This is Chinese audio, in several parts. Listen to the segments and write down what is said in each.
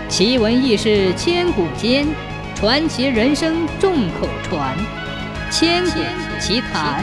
奇闻异事千古间，传奇人生众口传。千古奇谈。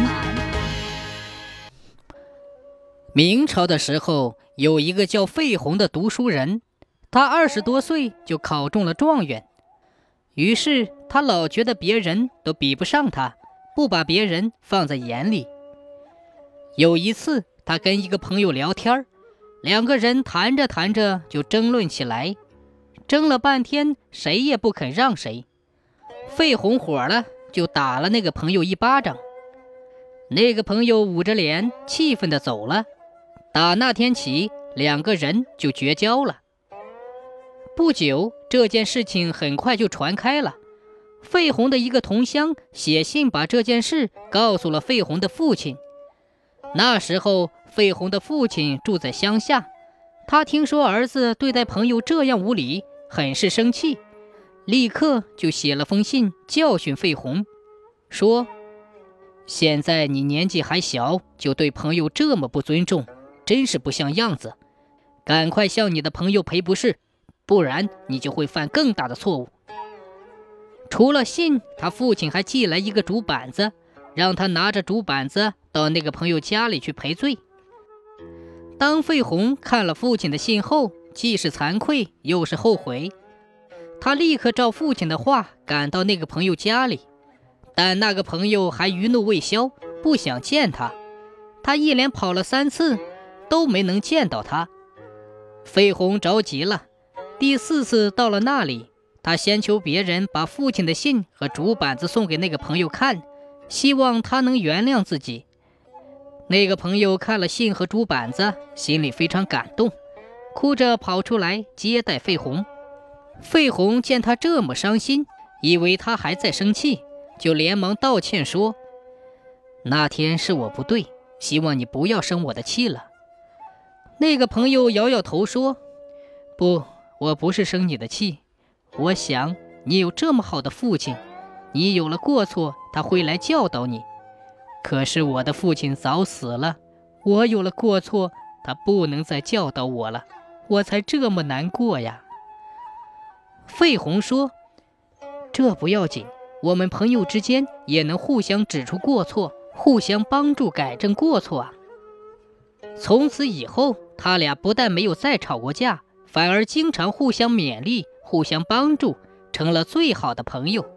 明朝的时候，有一个叫费宏的读书人，他20多岁就考中了状元。于是他老觉得别人都比不上他，不把别人放在眼里。有一次，他跟一个朋友聊天，两个人谈着谈着就争论起来，争了半天，谁也不肯让谁。费宏火了，就打了那个朋友一巴掌。那个朋友捂着脸，气愤地走了。打那天起，两个人就绝交了。不久，这件事情很快就传开了。费宏的一个同乡写信把这件事告诉了费宏的父亲。那时候，费宏的父亲住在乡下，他听说儿子对待朋友这样无礼，很是生气，立刻就写了封信教训费宏，说：现在你年纪还小，就对朋友这么不尊重，真是不像样子，赶快向你的朋友赔不是，不然你就会犯更大的错误。除了信，他父亲还寄来一个竹板子，让他拿着竹板子到那个朋友家里去赔罪。当费宏看了父亲的信后，既是惭愧又是后悔，他立刻照父亲的话赶到那个朋友家里，但那个朋友还余怒未消，不想见他。他一连跑了3次，都没能见到他。费宏着急了，第4次到了那里，他先求别人把父亲的信和竹板子送给那个朋友看，希望他能原谅自己。那个朋友看了信和竹板子，心里非常感动，哭着跑出来接待费宏。费宏见他这么伤心，以为他还在生气，就连忙道歉说：那天是我不对，希望你不要生我的气了。那个朋友摇摇头说：不，我不是生你的气，我想你有这么好的父亲，你有了过错他会来教导你，可是我的父亲早死了，我有了过错他不能再教导我了，我才这么难过呀。费宏说：这不要紧，我们朋友之间也能互相指出过错，互相帮助改正过错啊。从此以后，他俩不但没有再吵过架，反而经常互相勉励，互相帮助，成了最好的朋友。